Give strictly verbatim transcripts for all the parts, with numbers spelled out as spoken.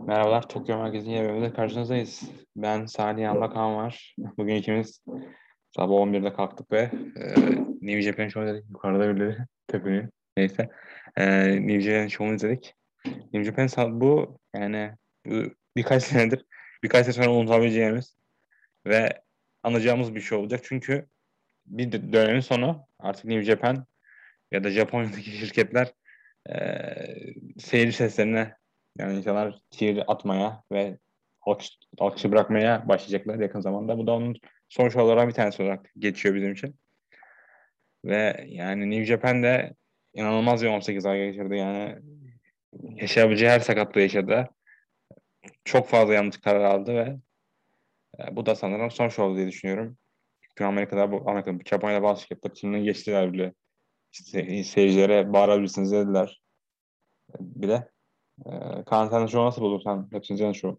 Merhabalar, Tokyo Merkezi'nin yeni bölümünde karşınızdayız. Ben Salih Yan'la Kaan var. Bugün ikimiz sabah on birde kalktık ve e, New Japan Show dedik. Yukarıda birileri tepiniyor. Neyse. E, New Japan Show'unu izledik. New Japan sa- bu yani bu birkaç senedir, birkaç sene sonra unutabileceğimiz ve anacağımız bir şey olacak. Çünkü bir de- dönemin sonu artık New Japan ya da Japonya'daki şirketler e, seyirci seslerine yani insanlar cheer atmaya ve alkış, alkışı bırakmaya başlayacaklar yakın zamanda. Bu da onun son şovlardan bir tanesi olarak geçiyor bizim için. Ve yani New Japan de inanılmaz bir on sekiz ay geçirdi. Yani yaşayabileceği her sakatlığı yaşadı. Çok fazla yanlış karar aldı ve e, bu da sanırım son şov diye düşünüyorum. Çünkü Amerika'da, bu Amerika'da, Japonya'da bazı şirketler Çin'den geçtiler bile. İşte, seyircilere bağırabilirsiniz dediler. Bir de Ee, Kaan sen şu nasıl buldun sen? Hepsini izledin şu.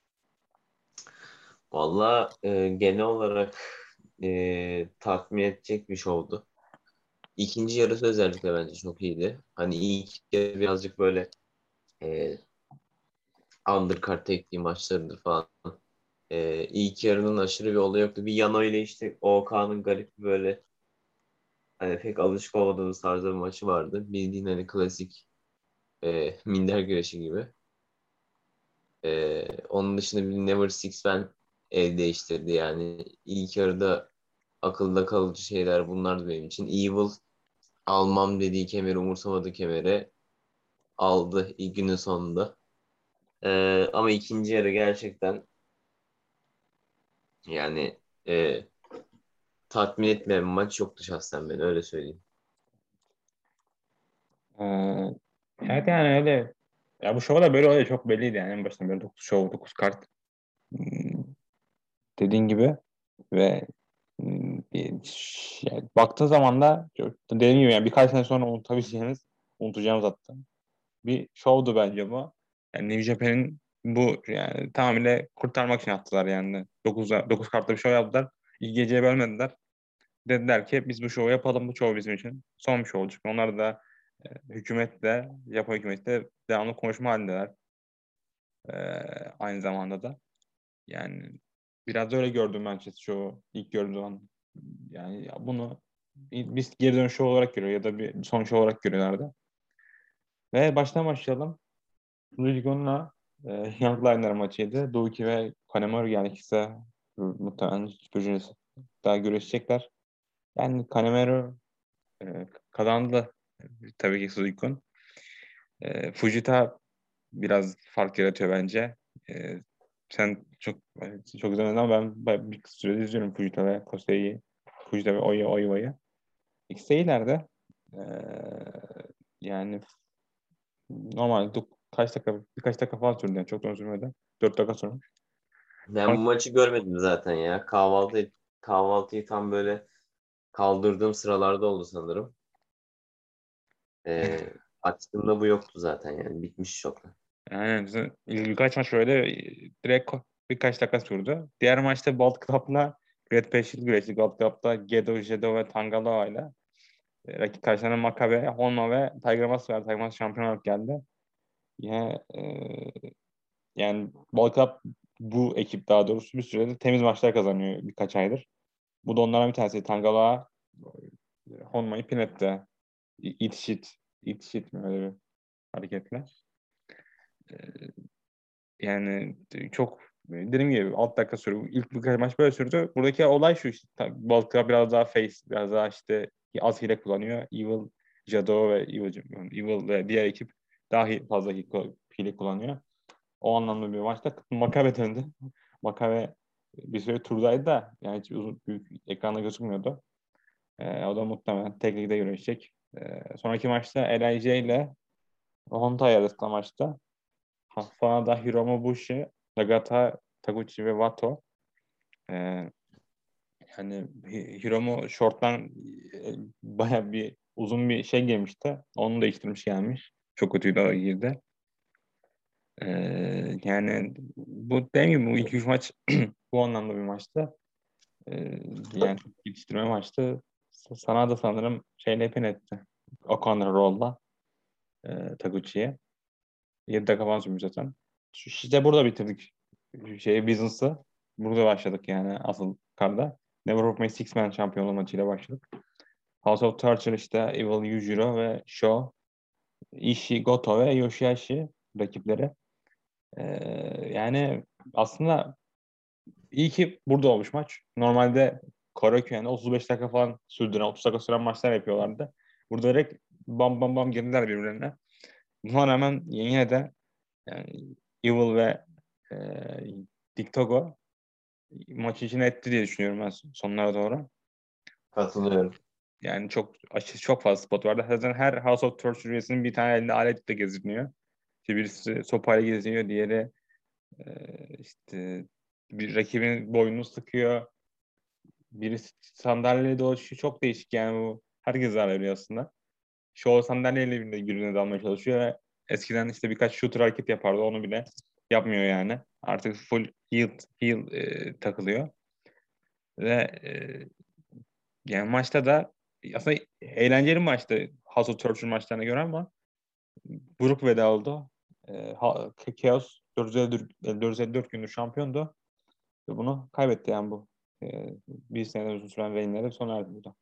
Valla e, genel olarak e, tatmin edecek bir şovdu. İkinci yarısı özellikle bence çok iyiydi. Hani ilk yarı birazcık böyle e, undercard tekniği maçlarıdır falan. E, ilk yarının aşırı bir olayı yoktu. Bir Yano ile işte Okan'ın garip bir böyle hani pek alışık olmadığımız tarzda bir maçı vardı. Bildiğin hani klasik e, minder güreşi gibi. E, onun dışında bir Never Six Man el değiştirdi yani. İlk yarıda akılda kalıcı şeyler bunlardı benim için. Evil almam dediği kemeri umursamadı kemeri aldı ilk günün sonunda. Ee, ama ikinci yarı gerçekten yani e, tatmin etmeyen bir maç yoktu şahsen ben öyle söyleyeyim. Ee, evet yani öyle. Ya bu şova da böyle oluyor. Çok belliydi yani en baştan böyle dokuz şov, dokuz kart. Hmm, dediğin gibi ve hmm, bir, ş- yani baktığın zaman da çok- dediğim gibi yani birkaç sene sonra unutabileceğiniz, unutacağımız hatta bir şovdu bence bu. Yani New Japan'in bu yani tamamıyla kurtarmak için yaptılar yani. dokuz dokuz kartlı bir şov yaptılar. İlk geceye bölmediler. Dediler ki biz bu şovu yapalım. Bu şov bizim için son bir şov olacak. Onlar da e, hükümetle, Japon hükümetle devamlı konuşma halindeler. E, aynı zamanda da. Yani biraz öyle gördüm Manchester şovu ilk gördüğüm zaman. Yani ya bunu biz geri dönüş şov olarak görüyor ya da bir son şov olarak görüyorlardı. Ve baştan başlayalım. Luigi'nin e, Young Liner maçıydı. Douki ve Kanemaru yani ikisi de muhtemelen hiçbir daha görüşecekler. Yani Kanemaru e, kazandı. Tabii ki Suzuki'nin. E, Fujita biraz fark yaratıyor bence. E, sen çok çok izlemedin ama ben, ben bir kısa süredir izliyorum Fujita ve Kosei'yi. Fujita ve Oya Oya'yı. İkisi de iyilerdi. E, yani normal dok- kaç dakika birkaç dakika falan sürdü yani çok da uzun sürmedi. Dört dakika sürmüş. Ben bu Sonra, maçı görmedim zaten ya. Kahvaltı kahvaltıyı tam böyle kaldırdığım sıralarda oldu sanırım. Ee, açtığımda bu yoktu zaten yani bitmiş çoktan. yani bizim ilk birkaç maç böyle e, direkt ko- birkaç dakika sürdü. Diğer maçta Bolt Club'la Red Peşil güreşti. Gold Club'da Gedo, Jedo ve Tangaloa ile E, rakip karşılarına Makabe, Honma ve Tiger Mask var. Tiger Mask şampiyon olarak geldi. Yine e, yani Bulk Club bu ekip daha doğrusu bir süredir temiz maçlar kazanıyor birkaç aydır. Bu da onlardan bir tanesi. Tangaloa e, Honma'yı pin etti. İ- Eat shit. Eat shit mi öyle bir hareketle. E, yani çok dediğim gibi alt dakika sürdü. İlk birkaç maç böyle sürdü. Buradaki olay şu işte. Bulk Club biraz daha face, biraz daha işte az hile kullanıyor. Evil Jado ve Evil, Evil ve diğer ekip daha hi- fazla hi- hile kullanıyor. O anlamda bir maçta Makabe döndü. Makabe bir süre turdaydı da yani hiç uzun büyük ekranda gözükmüyordu. Ee, o da muhtemelen teknikte görüşecek. Ee, sonraki maçta L I J ile Hontai arasında maçta Sonra da Hiromu Bushi, Nagata, Taguchi ve Wato. Ee, yani Hi- Hiromu short'tan e, baya bir uzun bir şey giymişti. Onu değiştirmiş gelmiş. Çok kötüydü o girdi. Ee, yani bu değil mi bu iki üç maç bu anlamda bir maçtı. Ee, yani çok geliştirme maçtı. Sana da sanırım şeyle pin etti. O'Connor roll'la e, Taguchi'ye. yedi dakika falan sürmüş zaten. Şu- İşte burada bitirdik şeyi, business'ı. Burada başladık yani asıl karda. Never Broke My Six Man şampiyonluğu maçıyla başladık. House of Torture işte Evil Yujiro ve Sho, Ishii, Goto ve Yoshihashi rakipleri. Ee, yani aslında iyi ki burada olmuş maç. Normalde Koraküyen'de otuz beş dakika falan sürdüren, otuz dakika süren maçlar yapıyorlardı. Burada direkt bam bam bam girdiler birbirlerine. Buna rağmen yine de yani Evil ve e, Dick Togo maçı için etti diye düşünüyorum ben sonlara doğru. Katılıyorum. Yani çok aşırı çok fazla spot vardı. Zaten her House of Torture üyesinin bir tane elinde aletle geziniyor. İşte birisi sopayla geziniyor, diğeri e, işte bir rakibin boynunu sıkıyor. Birisi sandalyeyle dolaşıyor. Çok değişik yani bu. Herkes zarar veriyor aslında. Şu sandalyeyle bile birbirine dalmaya çalışıyor ve eskiden işte birkaç shooter hareket yapardı. Onu bile yapmıyor yani. Artık full heal, heal e, takılıyor. Ve e, yani maçta da aslında eğlenceli bir maçtı House of Torture maçlarına göre ama grup veda oldu. E, ha- Chaos dört yüz elli dört gündür şampiyondu ve bunu kaybetti yani bu. E, bir sene uzun süren reignleri sona erdi burada.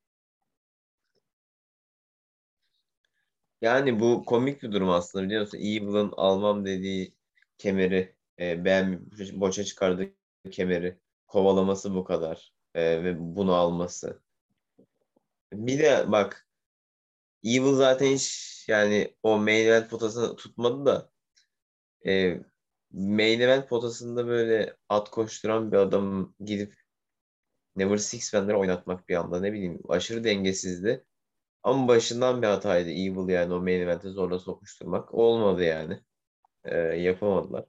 Yani bu komik bir durum aslında, biliyor musun? Evil'ın almam dediği kemeri, e, beğen boşa çıkardığı kemeri kovalaması bu kadar, e, ve bunu alması. Bir de bak, Evil zaten hiç yani o main event potasını tutmadı da, e, main event potasında böyle at koşturan bir adam gidip Never Six Man'leri oynatmak bir anda, ne bileyim, aşırı dengesizdi. Ama başından bir hataydı Evil, yani o main event'e zorla sokuşturmak. Olmadı yani. E, yapamadılar.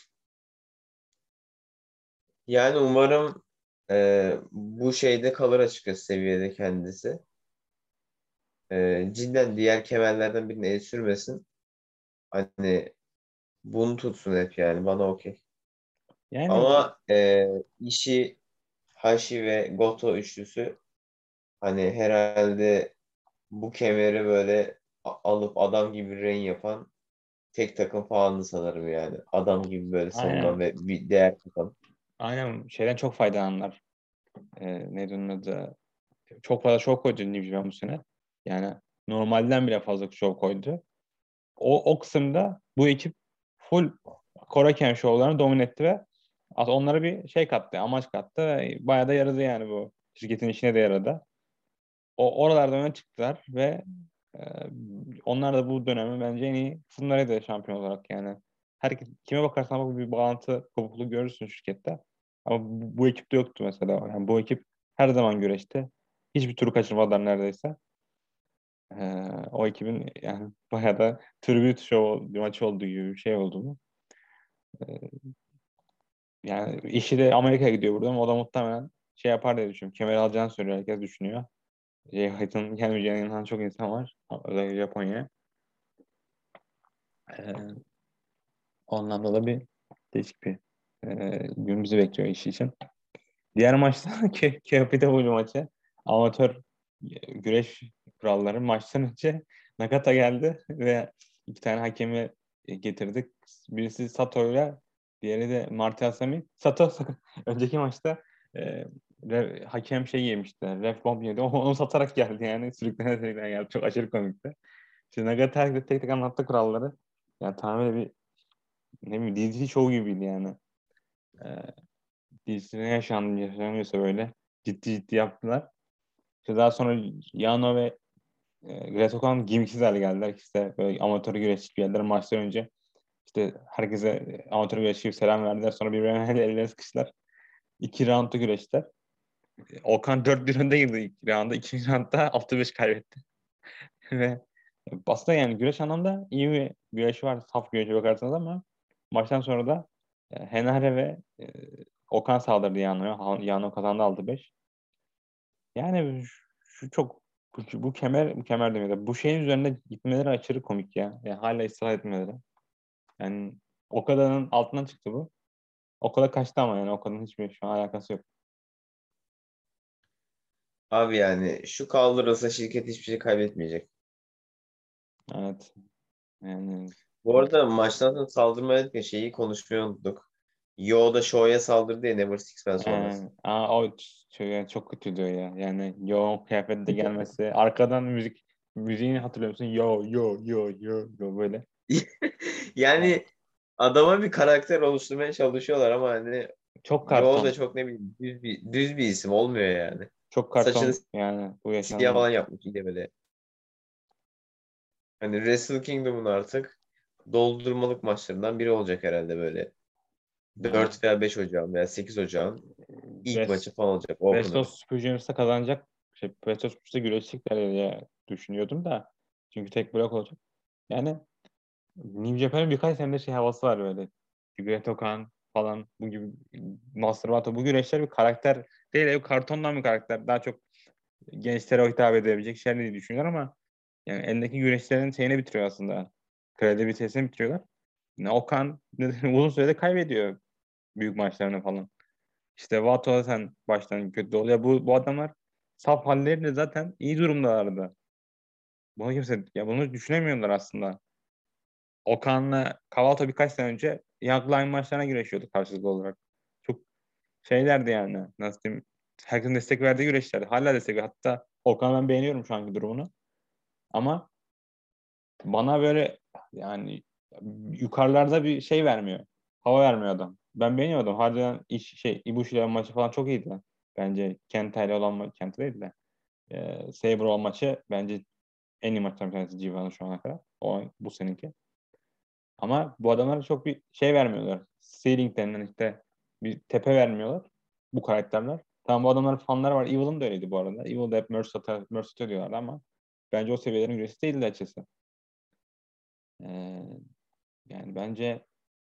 Yani umarım e, bu şeyde kalır, açıkçası seviyede kendisi. E, cidden diğer kemerlerden birine el sürmesin. Hani bunu tutsun hep, yani bana okey. Yani Ama e, işi Hashi ve Goto üçlüsü hani herhalde bu kemeri böyle a- alıp adam gibi reign yapan tek takım falandı sanırım yani. Adam gibi böyle savunan aynen, ve bir değer katan. aynen şeyden çok faydalanırlar. E, neydi onun adı? Çok fazla show koydu New Japan bu sene. Yani normalden bile fazla show koydu. O, o kısımda bu ekip full Korakuen şovlarını domine etti ve as- onlara bir şey kattı, amaç kattı. Ve bayağı da yaradı yani bu. Şirketin işine de yaradı. O oralardan öne çıktılar ve e, onlar da bu dönemi bence en iyi kısımlarıydı şampiyon olarak yani. Her kime bakarsan bak bir bağlantı kopukluğu görürsün şirkette. Ama bu, bu ekipte yoktu mesela. Yani bu ekip her zaman güreşti. Hiçbir turu kaçırmadılar neredeyse. E, o ekibin yani bayağı da tribute show bir maç olduğu gibi bir şey oldu bu. E, yani işi de Amerika'ya gidiyor burada ama o da muhtemelen şey yapar diye düşünüyorum. Kemer alacağını söylüyor. Herkes düşünüyor. Jay White'ın gelmeyeceğine inanan çok insan var. Özellikle Japonya'ya. Ee, o anlamda da bir değişik bir e, gün bizi bekliyor iş için. Diğer maçta K- K P T maçı. Amatör e, güreş kuralları. Maçtan önce Nakata geldi ve iki tane hakemi e, getirdik. Birisi Sato ile diğeri de Marty Asami. Sato önceki maçta e, re- hakem şey yemişti. Ref bomb yedi. Onu satarak geldi yani. Sürüklene sürüklene geldi. Çok aşırı komikti. Şimdi Nagata herkese tek tek anlattı kuralları. Yani tamamen bir ne bileyim dizi show gibiydi yani. Ee, dizide ne yaşandı, yaşanıyorsa böyle ciddi ciddi yaptılar. İşte daha sonra Yano ve e, Great Okan gimmiksiz hale geldiler. İşte böyle amatör güreşçi geldiler maçtan önce. İşte herkese e, amatör güreşçi gibi selam verdiler. Sonra birbirine el ellerine sıkıştılar. İki roundda güreştiler. E, Okan dört bir önde girdi ilk roundda. İkinci roundda altı beş kaybetti. Ve aslında yani güreş anlamda iyi bir güreşi var. Saf güreşe bakarsanız ama maçtan sonra da e, Henare ve e, Okan saldırdı Yano'ya. Yano kazandı altı beş. Yani şu, şu çok bu, bu kemer bu kemer demedi. Bu şeyin üzerinde gitmeleri aşırı komik ya. Yani hala ısrar etmeleri. Yani Okada'nın altından çıktı bu. Okada kaçtı ama yani Okada'nın hiçbir şu an alakası yok. Abi yani şu kaldırılsa şirket hiçbir şey kaybetmeyecek. Evet. Yani Bu arada maçtan sonra saldırma dedik ya, şeyi konuşmayı unuttuk. Yo da Show'ya saldırdı ya Never Six Man sonrası. Ee, aa, o çok, çok kötü diyor ya. Yani yoğun kıyafette gelmesi. Arkadan müzik müziğini hatırlıyor musun? Yo yo yo yo yo böyle. Yani adama bir karakter oluşturmaya çalışıyorlar ama hani Çok Yo da karton. çok ne bileyim düz bir, düz bir isim olmuyor yani. Çok Saçını karton yani bu siyah yaşandı. falan yapmış yine böyle. Hani Wrestle Kingdom'un artık doldurmalık maçlarından biri olacak herhalde böyle. Yani Dört veya beş Ocağın veya sekiz Ocağın ilk West, maçı falan olacak. West Opener. Coast Super Junior'sa kazanacak. Şey, West Coast Super'da güreşecekler diye düşünüyordum da. Çünkü tek blok olacak. Yani New Japan'ın birkaç senedir şey havası var böyle. Great Okan falan bu gibi Master Vato bu güreşler bir karakter değil, ev kartondan bir karakter. Daha çok gençlere hitap edebilecek şeyler diye düşünüyorlar ama yani eldeki güreşlerin şeyini bitiriyor aslında. Kredibilitesini bitiriyorlar. Yani Okan uzun sürede kaybediyor büyük maçlarını falan. İşte Vato sen baştan kötü oluyor. Bu, bu adamlar saf halleriyle zaten iyi durumdalardı. Bunu kimse ya bunu düşünemiyorlar aslında. Okan'la Kavato birkaç sene önce Young Line maçlarına güreşiyordu karşılıklı olarak. Çok şeylerdi yani. Nasıl diyeyim? Herkesin destek verdiği güreşlerdi. Hala destek veriyor. Hatta Okan'ı ben beğeniyorum şu anki durumunu. Ama bana böyle yani yukarılarda bir şey vermiyor. Hava vermiyor adam. Ben beğeniyordum. Harbiden iş, şey, Ibushi'yle maçı falan çok iyiydi. Bence Kenta ile olan maçı, Kenta değil de e, Sabre olan maçı bence en iyi maçtan bir tanesi G one'ın şu ana kadar. O, bu seninki. Ama bu adamlara çok bir şey vermiyorlar. Ceiling denilen işte bir tepe vermiyorlar bu karakterler. Tamam bu adamların fanları var. Evil'ın da öyleydi bu arada. Evil da hep Mercy satıyor, Mercy satıyor diyorlardı ama bence o seviyelerin üyesi değildi açıkçası. Ee, yani bence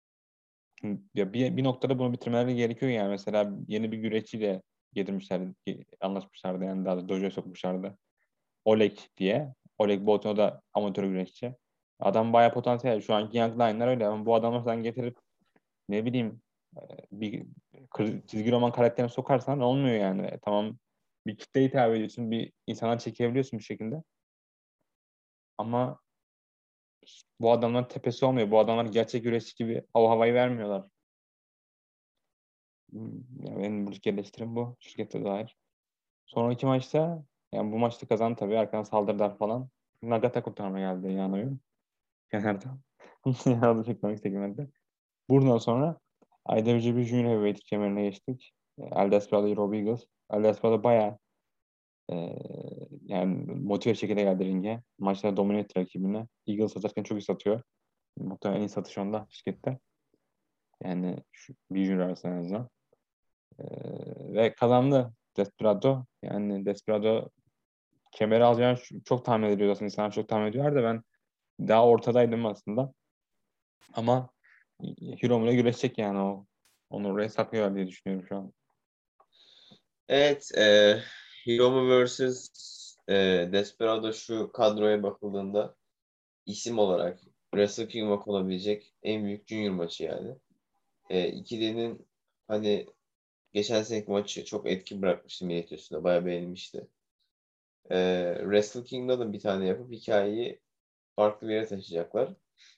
ya bir, bir noktada bunu bitirmeleri gerekiyor yani. Mesela yeni bir güreşçiyle getirmişlerdi, anlaşmışlardı yani daha da dojo'ya sokmuşlardı. Oleg diye. Oleg Boltin o da amatör güreşçi. Adam bayağı potansiyel. Şu anki Young Line'lar öyle ama bu adamı sen getirip ne bileyim e, bir kır- çizgi roman karakterini sokarsan olmuyor yani. E, tamam bir kitleye hitap ediyorsun, bir insana çekebiliyorsun bir şekilde. Ama bu adamların tepesi olmuyor. Bu adamlar gerçek güreşçi gibi hava havayı vermiyorlar. Hmm, yani benim buradaki eleştirim bu. Şirkete dair. Sonraki maçta yani bu maçta kazandı tabii. Arkadan saldırılar falan. Nagata kurtarmaya geldi yani oyun. Kenarda. Adı çok komik segmentte. Buradan sonra I W G P Junior Heavyweight kemerine geçtik. El Desperado Rob Eagles. El Desperado bayağı e, yani motive şekilde geldi ringe. Maçta domine etti rakibini. Eagles satarken çok iyi satıyor. Muhtemelen en iyi satış onda şirkette. Yani şu bir junior arasında en azından. E, ve kazandı Desperado. Yani Desperado kemeri alacağını çok tahmin ediyordu aslında. İnsanlar çok tahmin ediyorlar da ben daha ortadaydım aslında. Ama Hiromu'yla güreşecek yani o. Onu oraya saklıyorlar diye düşünüyorum şu an. Evet, e, Hiromu versus e, Desperado şu kadroya bakıldığında isim olarak Wrestle Kingdom olabilecek en büyük junior maçı yani. E, ikilinin hani geçen seneki maçı çok etki bırakmıştı millet üstünde. Bayağı beğenilmişti. E, Wrestle Kingdom'da da bir tane yapıp hikayeyi farklı bir yere taşıyacaklar.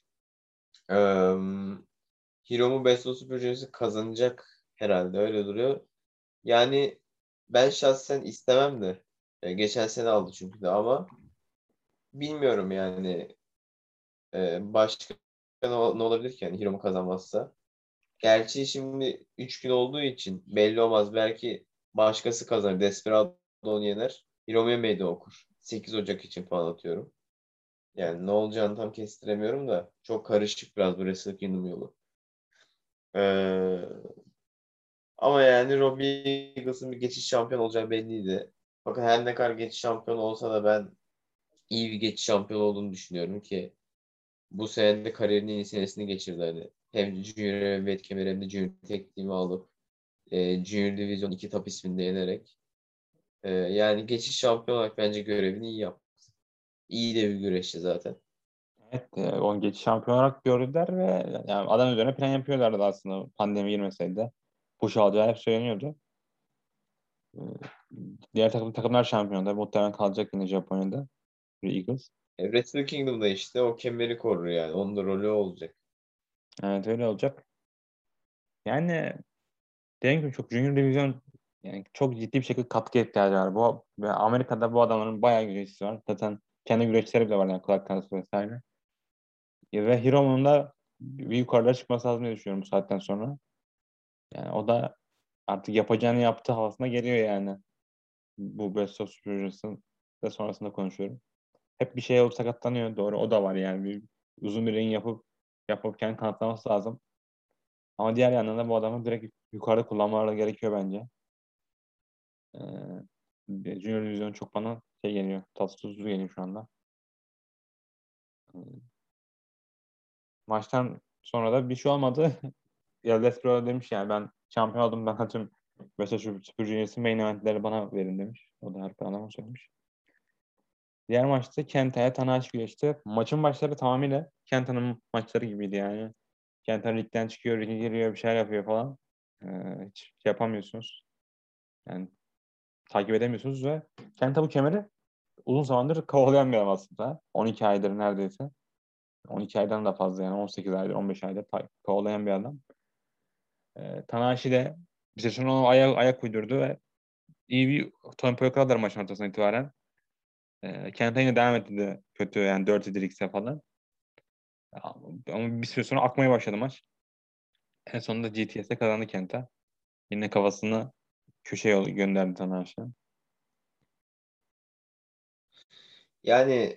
E, Hiromu Best of Super Junior'ı kazanacak herhalde öyle duruyor. Yani ben şahsen istemem de. E, geçen sene aldı çünkü de ama bilmiyorum yani e, başka ne, ne olabilir ki yani Hiromu kazanmazsa. Gerçi şimdi üç gün olduğu için belli olmaz. Belki başkası kazanır. Desperado onu yener. Hiromu'ya meydan okur. sekiz Ocak için falan atıyorum. Yani ne olacağını tam kestiremiyorum da çok karışık biraz bu Wrestle Kingdom yolu. Ee, ama yani Robbie Eagles'ın bir geçiş şampiyon olacağı belliydi. Fakat her ne kadar geçiş şampiyon olsa da ben iyi bir geçiş şampiyon olduğunu düşünüyorum ki bu sene de kariyerinin en iyi senesini geçirdi hani. Hem Junior Heavyweight kemeri hem de Junior Tek Team'i alıp e, Junior Division iki top isminde yenerek e, yani geçiş şampiyon olarak bence görevini iyi yaptı. İyi de bir güreşçi zaten. Evet, e, onu geçiş şampiyon olarak gördüler ve yani adam üzerine plan yapıyorlardı aslında pandemi girmeseydi de. Push alacağı hep söyleniyordu. E, diğer takım takımlar şampiyonda muhtemelen kalacak yine Japonya'da Eagles. E, Wrestle Kingdom'da işte o kemeri korur yani. Onun da rolü olacak. Evet öyle olacak. Yani dediğim gibi çok Junior Division yani çok ciddi bir şekilde katkı ihtiyacı var. Bu ve Amerika'da bu adamların bayağı güreşçisi var. Zaten kendi güreşçileri bile var yani Clark Castles vesaire. E, Ve Hiromu'nun da bir yukarılara çıkması lazım diye düşünüyorum bu saatten sonra. Yani o da artık yapacağını yaptığı havasına geliyor yani. Bu Best of Superjors'ın ve sonrasında konuşuyorum. Hep bir şey olup sakatlanıyor. Doğru o da var yani. Bir, uzun bir ring yapıp yapıp kendini kanıtlaması lazım. Ama diğer yandan da bu adamı direkt yukarıda kullanmaları gerekiyor bence. Ee, Junior Division çok bana şey geliyor. Tatsız tuzsuz geliyor şu anda. Ee, Maçtan sonra da bir şey olmadı. Eldes Pro demiş yani ben şampiyon oldum. Ben tüm Beşiktaş Super Juniors'ın main eventleri bana verin demiş. O da harika adama söylemiş. Diğer maçta Kenta'ya Tanahashi güreşti. Maçın başları tamamıyla Kenta'nın maçları gibiydi yani. Kenta ligden çıkıyor, ringe giriyor, bir şeyler yapıyor falan. Ee, hiç şey yapamıyorsunuz. Yani takip edemiyorsunuz ve Kenta bu kemeri uzun zamandır kovalayan bir adam aslında. on iki aydır neredeyse. on iki aydan da fazla yani on sekiz aydır, on beş aydır ta- kovalayan bir adam. Ee, Tanahashi de bir süre sonra ona ayak, ayak uydurdu ve iyi bir tempo yakaladılar maçın ortasından itibaren. Ee, Kenta yine devam etti de kötü yani Dirty Dirix'e falan. Ama bir süre sonra akmaya başladı maç. En sonunda G T S'e kazandı Kenta. Yine kafasını köşeye yol- gönderdi Tanahashi. Yani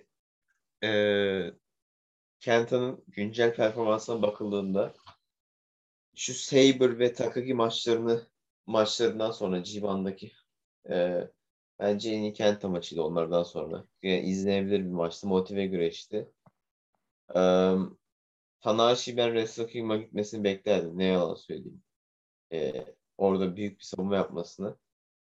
e, Kenta'nın güncel performansına bakıldığında şu Sabre ve Takagi maçlarını maçlarından sonra G bir'daki e, bence en iyi Kenta maçıydı onlardan sonra. Yani izlenebilir bir maçtı. Motive güreşti. E, Tanahashi ben Wrestle Kingdom'a gitmesini beklerdim. Ne yalan söyleyeyim. E, orada büyük bir savunma yapmasını.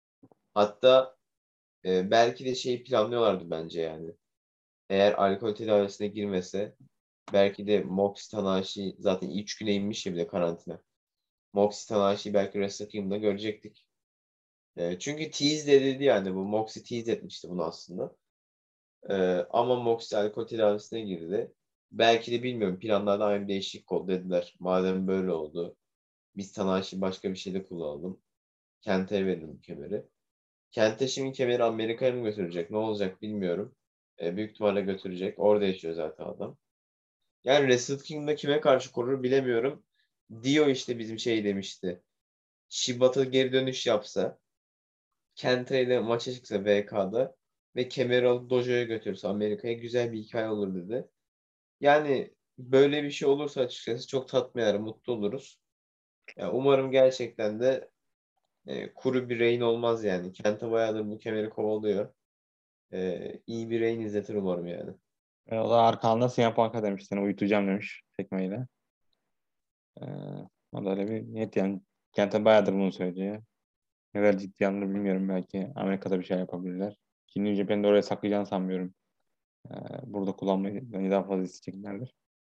Hatta e, belki de şeyi planlıyorlardı bence yani. Eğer alkol tedavisine girmese belki de Mox Tanahashi zaten üç güne inmiş ya bir de karantina. Moxie Tanahashi'yi belki Wrestle Kingdom'da görecektik. E, çünkü tease de dedi yani bu Moxie tease etmişti bunu aslında. E, ama Moxie alkol tedavisine girdi. Belki de bilmiyorum planlarda aynı değişiklik oldu dediler. Madem böyle oldu biz Tanahashi başka bir şeyde kullanalım. Kent'e verelim bu kemeri. Kent'e şimdi kemeri Amerika'ya mı götürecek? Ne olacak bilmiyorum. E, büyük ihtimalle götürecek. Orada yaşıyor zaten adam. Yani Wrestle Kingdom'da kime karşı korur bilemiyorum. Dio işte bizim şey demişti. Shibata geri dönüş yapsa Kenta ile maça çıksa V K'da ve kemeri alıp dojo'ya götürse Amerika'ya güzel bir hikaye olur dedi. Yani böyle bir şey olursa açıkçası çok tatmin eder, mutlu oluruz. Ya umarım gerçekten de e, kuru bir reign olmaz yani. Kenta bayağıdır bu kemeri kovalıyor. E, iyi bir reign izletir umarım yani. E, o da arkanda C M Punk'a demiş seni uyutacağım demiş tekmeyle. E, O da öyle bir niyet yani. Kenta bayağıdır bunu söylüyor. Ne kadar ciddi anlamda bilmiyorum belki Amerika'da bir şey yapabilirler. Ki New Japan'ı da oraya saklayacağını sanmıyorum. E, Burada kullanmayı bence daha fazla isteyeceklerdir.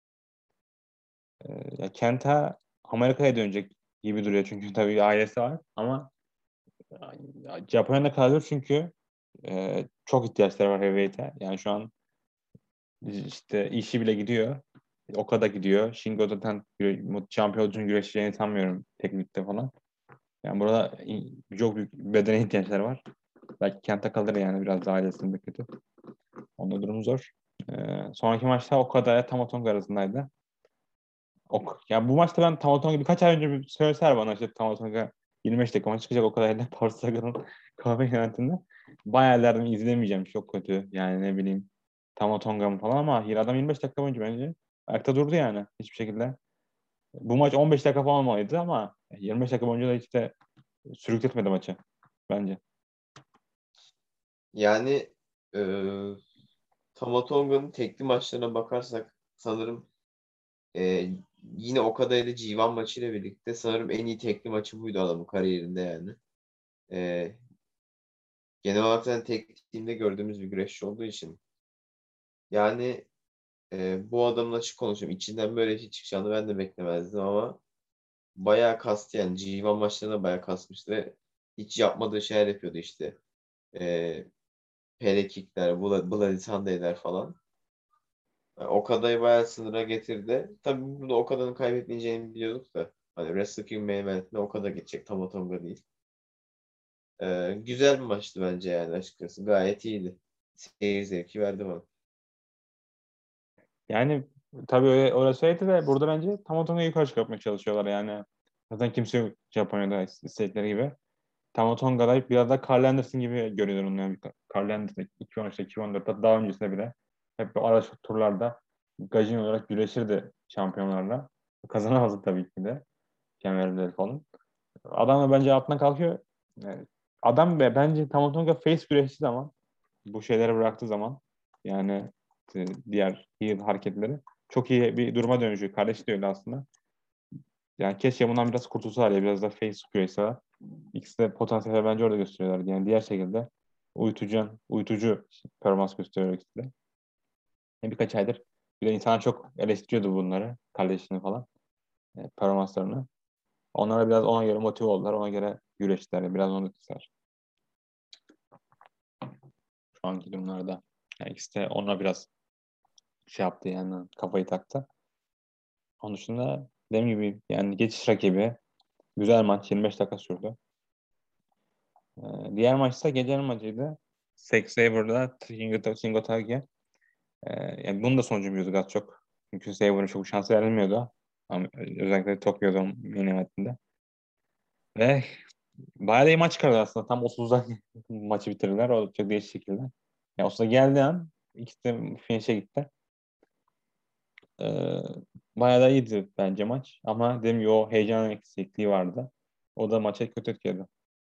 E, Ya Kenta Amerika'ya dönecek gibi duruyor çünkü tabii bir ailesi var ama ya, Japonya'da kalıyor çünkü e, çok ihtiyaçları var heavyweight'e. Yani şu an işte işi bile gidiyor. Okada gidiyor. Shingo zaten güre- şampiyon için güreşeceğini sanmıyorum teknikte falan. Yani burada i- çok büyük bedene ihtiyaçları var. Belki Kenta kalır yani biraz daha ailesinde kötü. Onda durum zor. Ee, sonraki maçta Okada ile Tama Tonga arasındaydı. Ok. Ya bu maçta ben Tama Tonga birkaç ay önce bir söyleseler bana işte Tama Tonga yirmi beş dakika maç çıkacak Okada ile Power Struggle'ın kahve yönetiminde. Bayağı derdim izlemeyeceğim. Çok kötü. Yani ne bileyim. Tama Tonga mı falan ama adam yirmi beş dakika boyunca bence ayakta durdu yani hiçbir şekilde. Bu maç on beş dakika falan olmalıydı ama yirmi beş dakika boyunca da işte sürükletmedi maçı bence. Yani e, Tama Tonga'nın tekli maçlarına bakarsak sanırım e, yine Okada ile G bir maçıyla birlikte sanırım en iyi tekli maçı buydu adamın kariyerinde yani. E, genel olarak zaten tek team'de gördüğümüz bir güreşçi olduğu için. Yani e, bu adamın açık konuşayım. İçinden böyle bir şey çıkacağını ben de beklemezdim ama bayağı kastı yani. G bir maçlarında bayağı kasmıştı ve hiç yapmadığı şeyler yapıyordu işte. E, Pele kickler, Bloody Bloody Sunday'ler falan. Yani Okada'yı bayağı sınıra getirdi. Tabii burada Okada'nın kaybetmeyeceğini biliyorduk da. Hani Wrestle King Main Event'ine Okada geçecek. Tama Tonga değil. Ee, güzel bir maçtı bence yani açıkçası. Gayet iyiydi. Seyir zevki verdi bana. Yani tabii öyle, orası öyle de burada bence Tama Tonga'yı yukarı çıkartmaya çalışıyorlar yani. Zaten kimse yok Japonya'da istedikleri gibi. Tama Tonga'da biraz da Carl Anderson gibi görüyorlar onu. Yani. Carl Anderson iki bin on üçte iki bin on dörtte daha öncesinde bile hep bu ara turlarda gajin olarak güreşirdi şampiyonlarla. Kazanamazdı tabii ki de. Kemerleri falan. Adam da bence altından kalkıyor. Yani adam be bence Tama Tonga face güreşçi zaman bu şeyleri bıraktığı zaman yani e, diğer heel hareketleri çok iyi bir duruma dönüşüyor. Kardeş de öyle aslında. Yani keşke bundan biraz kurtulsalar ya biraz da face güreşse. İkisi de potansiyel bence orada gösteriyorlar. Yani diğer şekilde uyutucu, uyutucu performans gösteriyor ikisi de. Yani birkaç aydır bir de insanlar çok eleştiriyordu bunları. Kardeşini falan. E, performanslarını. Onlara biraz ona göre motive oldular. Ona göre güreştiler. Biraz onu tuttular. Şu anki durumlarda. Yani ikisi de ona biraz şey yaptı yani kafayı taktı. Onun dışında dediğim gibi yani geçiş rakibi güzel maç yirmi beş dakika sürdü. Ee, diğer maç ise gecenin maçıydı. Zack Saber'da Shingo, Shingo Takagi. Ee, yani bunun da sonucu biliyorduk az çok. Çünkü Saber'ın çok şansı verilmiyordu. Ama özellikle Tokyo'da main eventinde. Ve bayağı da iyi maç çıkardı aslında. Tam otuzda maçı bitirdiler. O çok değişik şekilde. Yani otuzda geldiği an ikisi de finish'e gitti. Ee, bayağı da iyiydi bence maç. Ama dediğim gibi o heyecan eksikliği vardı. O da maça kötü etkiledi.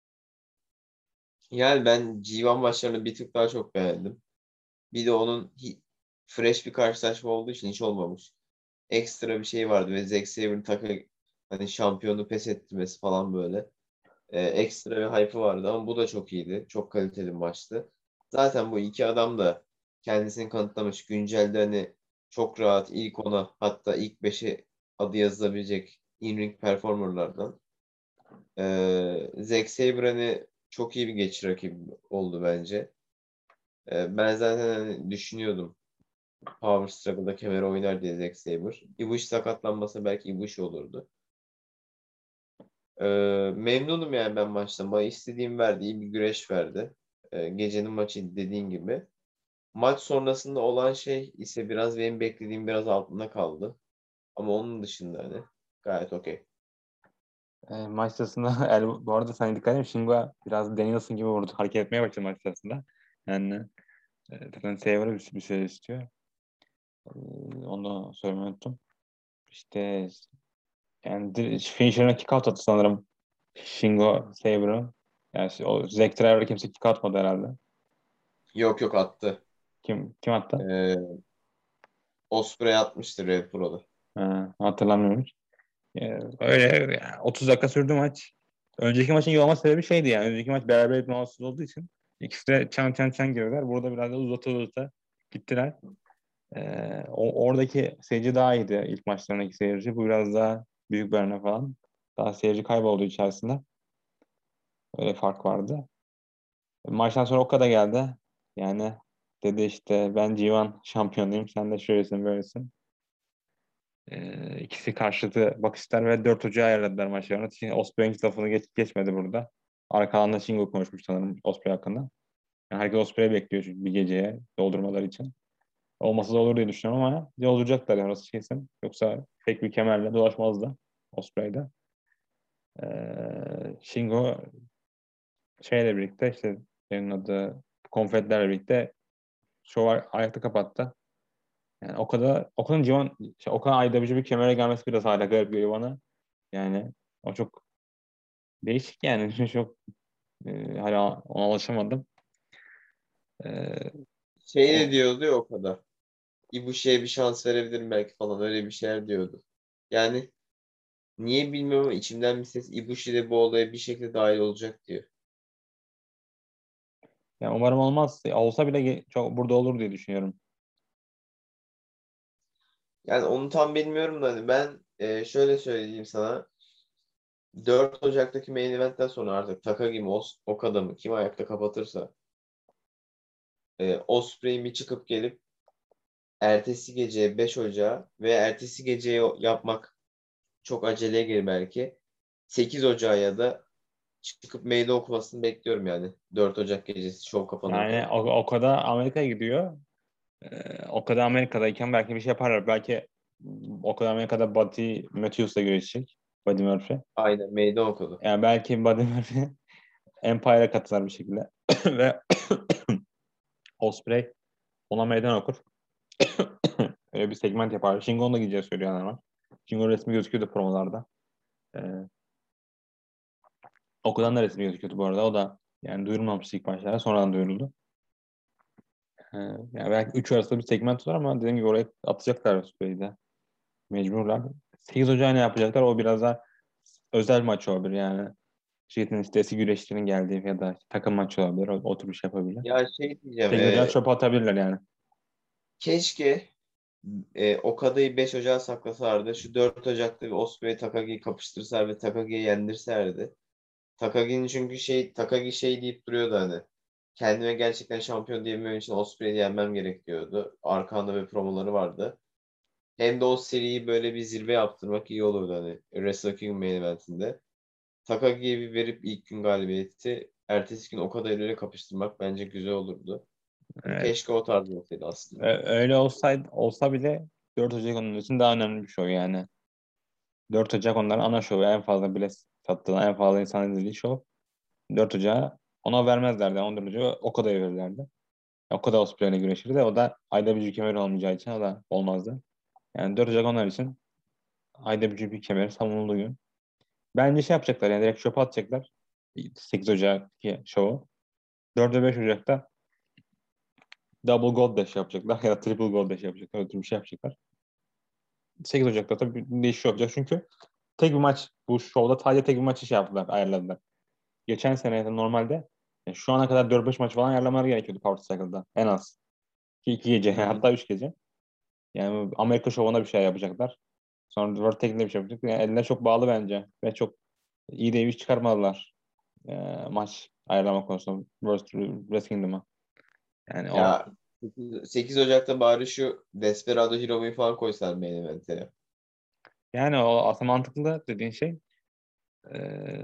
Yani ben G bir maçlarını bir tık daha çok beğendim. Bir de onun hi- fresh bir karşılaşma olduğu için hiç olmamış. Ekstra bir şey vardı ve Zack Saber'ın takı hani şampiyonu pes ettirmesi falan böyle. Ee, ekstra bir hype'ı vardı ama bu da çok iyiydi. Çok kaliteli bir maçtı. Zaten bu iki adam da kendisini kanıtlamış. Güncelde hani çok rahat ilk ona hatta ilk beşe adı yazılabilecek in-ring performerlardan. Ee, Zack Sabre hani çok iyi bir geçiş rakibi oldu bence. Ee, ben zaten hani düşünüyordum Power Struggle'da kemer oynar diye Zack Sabre. Ibushi sakatlanmasa belki Ibushi olurdu. Ee, memnunum yani ben maçtan. Bana istediğim verdi. İyi bir güreş verdi. Ee, gecenin maçı dediğin gibi. Maç sonrasında olan şey ise biraz benim beklediğim biraz altında kaldı. Ama onun dışında hani gayet okey. E, maç sırasında el, bu arada sen dikkat edin Shingo biraz Danielson gibi vurdu. Hareket etmeye başladı maç sırasında. Yani e, zaten Saber'ı bir, bir şey istiyor. E, onu söylemeyi unuttum. İşte yani dir- finisher'ına kick out attı sanırım Shingo Saber'ın. Yani şey, o Zack Ryder'a kimse kick atmadı herhalde. Yok yok attı. Kim kim attı? Ee, Osprey atmıştır Red Pro'da. Ha, hatırlamıyorum. E, öyle yani otuz dakika sürdü maç. Önceki maçın iyi olma sebebi şeydi yani. Önceki maç beraber etme olsuz olduğu için ikisi de çan çan çan girdiler. Burada biraz da uzata uzata gittiler. Ee, o, oradaki seyirci daha iyiydi ilk maçlarındaki seyirci. Bu biraz daha büyük bir arena falan. Daha seyirci kayboldu içerisinde. Öyle fark vardı. Maçtan sonra o kadar geldi. Yani dedi işte ben G bir şampiyonuyum. Sen de şöylesin böylesin. Ee, ikisi karşılıklı bakışlar ve dört Ocağı ayarladılar maçlarını. Şimdi Osprey'in hiç lafını geç, geçmedi burada. Arkadan da Shingo konuşmuş sanırım Osprey hakkında. Yani herkes Osprey'i bekliyor çünkü bir geceye doldurmaları için. Olmasa da olur diye düşünüyorum ama dolduracaklar yani orası kesin. Yoksa pek bir kemerle dolaşmazdı Osprey'de. Ee, Shingo şeyle birlikte işte senin adı konfetlerle birlikte şovu ayakta kapattı. Yani o kadar o kadar civan şey, o kadar ayda bir bir kemere gelmesi biraz hala garip geliyor bana. Yani o çok değişik yani. Çok e, hala ona alışamadım. E, Şey de o, diyordu ya o kadar. Ibushi'ye bir şans verebilirim belki falan öyle bir şeyler diyordu. Yani niye bilmiyorum ama içimden bir ses Ibushi de bu olaya bir şekilde dahil olacak diyor. yani umarım olmaz. Olsa bile ge- çok burada olur diye düşünüyorum. Yani onu tam bilmiyorum da hani ben e, şöyle söyleyeyim sana. dört Ocak'taki main event'ten sonra artık Takagi mi Os- Okada mı kim ayakta kapatırsa e, Osprey mi çıkıp gelip ertesi gece beş Ocağı ve ertesi geceyi yapmak çok aceleye gelir belki. sekiz Ocağı ya da çıkıp meydan okumasını bekliyorum yani. dört Ocak gecesi şov Yani kapanırken. o, o kadar Amerika'ya gidiyor. Ee, o kadar Amerika'dayken belki bir şey yaparlar. Belki o kadar Amerika'da Buddy Matthews'la görüşecek. Buddy Murphy. Aynen meydan okudu. Yani belki Buddy Murphy Empire'a katılır bir şekilde. Ve Ospreay ona meydan okur. Öyle bir segment yapar. Shingo'nun da gideceği söyleyenler var. Shingo resmi gözüküyordu promolarda. Ee, Okuldan da resmi gözüküyordu bu arada. O da yani duyurulmamıştı ilk başlarda. Sonradan duyuruldu. Ee, Yani belki üç arasında bir segment var ama dediğim gibi oraya atacaklar Ospreay'de. Mecburlar. sekiz Ocağı ne yapacaklar? O biraz daha özel maç olabilir yani. Şirketin istesi güreşçinin geldiği ya da takım maçı olabilir. O, o tür bir şey yapabilir. Ya şey diyeceğim. sekiz Ocağı E, çöpe atabilirler yani. keşke e, Okada'yı beş Ocağı saklasalardı. Şu dört Ocak'ta bir Osprey Takagi'yi kapıştırsalar ve Takagi'yi yendirserdi. Takagi'nin çünkü şey Takagi şey deyip duruyordu hani. Kendime gerçekten şampiyon diyebilmem için Osprey'i yenmem gerekiyordu. Arkanda bir promoları vardı. Hem de o seriyi böyle bir zirve yaptırmak iyi olurdu hani. Wrestle Kingdom Main Event'inde. Takagi'ye bir verip ilk gün galibiyeti ertesi gün Okada ile kapıştırmak bence güzel olurdu. Hani Evet. keşke o tarz olsaydı aslında. Ö- Öyle olsaydı olsa bile dört Ocak onun için daha önemli bir show yani. dört Ocak onların ana şovu. En fazla bilet sattığı, en fazla insan izlediği show. dört Ocağı ona vermezlerdi. on dört Ocağı Okada'ya verirlerdi. Okada Osprey'le güreşirdi. O da ayda bir kemer olmayacağı için o da olmazdı. Yani dört Ocak onlar için ayda bir kemer savunulduğu gün. Bence şey yapacaklar yani direkt çöpe atacaklar. sekiz Ocak'ki şovu. dört ve beş Ocak'ta double gold dash yapacaklar ya da triple gold dash yapacaklar. Öyle bir şey yapacaklar. sekiz Ocak'ta tabii bir değişiş olacak çünkü tek bir maç bu şovda sadece tek bir maçı şey yaptılar, ayarladılar. Geçen sene de normalde yani şu ana kadar dört beş maç falan ayarlamaları gerekiyordu Power Cycle'da en az. iki iki gece Hı hı. hatta üç gece. Yani Amerika şovuna bir şey yapacaklar. Sonra World Tag'de bir şey yapacaklar. Yani eline çok bağlı bence ve çok iyi de bir iş çıkarmadılar e, maç ayarlama konusunda World Wrestling'de. Yani o Ya sekiz Ocak'ta bari şu Desperado Hiromu'yu falan koysalar main event'e. yani o aslında mantıklı dediğin şey. E,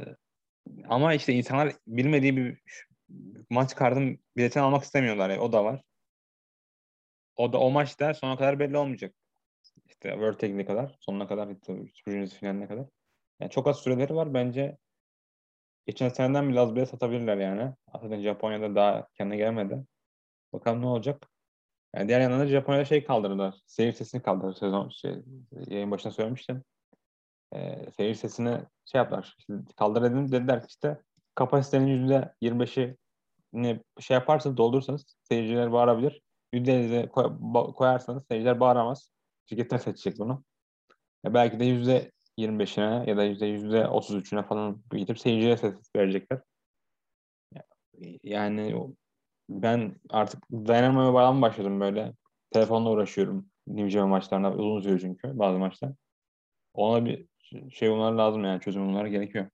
Ama işte insanlar bilmediği bir maç kartın biletini almak istemiyorlar. Yani. O da var. O da o maçta sona kadar belli olmayacak. İşte World Tag'e kadar, sonuna kadar, Sürücünüz finaline kadar. Yani çok az süreleri var. Bence geçen seneden bile az bile satabilirler yani. Aslında Japonya'da daha kendine gelmedi. Bakalım ne olacak. Yani diğer yandan da Japonya'da şey kaldırdılar. Seyir sesini kaldırdı sezon şey, yayın başına söylemiştim. Ee, seyir sesini şey yaptılar. İşte kaldır edin dediler ki işte kapasitenin yüzde yirmi beşini şey yaparsanız doldurursanız seyirciler bağırabilir. yüzde elli koy, ba- koyarsanız seyirciler bağıramaz. Şirketler seçecek bunu. E belki de yüzde yirmi beşine ya da yüzde yüzde otuz üçüne falan gidip seyirciye ses verecekler. Yani o- ben artık dayanamaya falan başladım böyle. Telefonla uğraşıyorum. New Jersey maçlarına uzun sürüyor çünkü bazı maçlar. Ona bir şey bunlar lazım yani çözüm bunlar gerekiyor.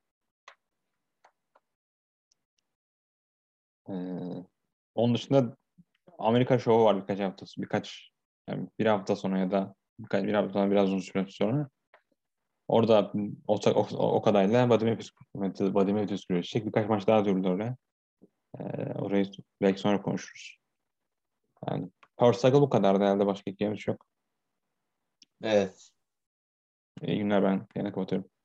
Ee, Onun dışında Amerika şovu var birkaç hafta birkaç yani bir hafta sonra ya da birkaç bir hafta sonra biraz uzun süre sonra. Orada o, o, o kadarıyla Vladimir Vladimir güreşecek. Birkaç maç daha duyurdu oraya. Ee, orayı belki sonra konuşuruz. Yani Power Cycle bu kadardı herhalde başka hikayemiz yok. Evet. İyi günler ben. Yine kapatıyorum.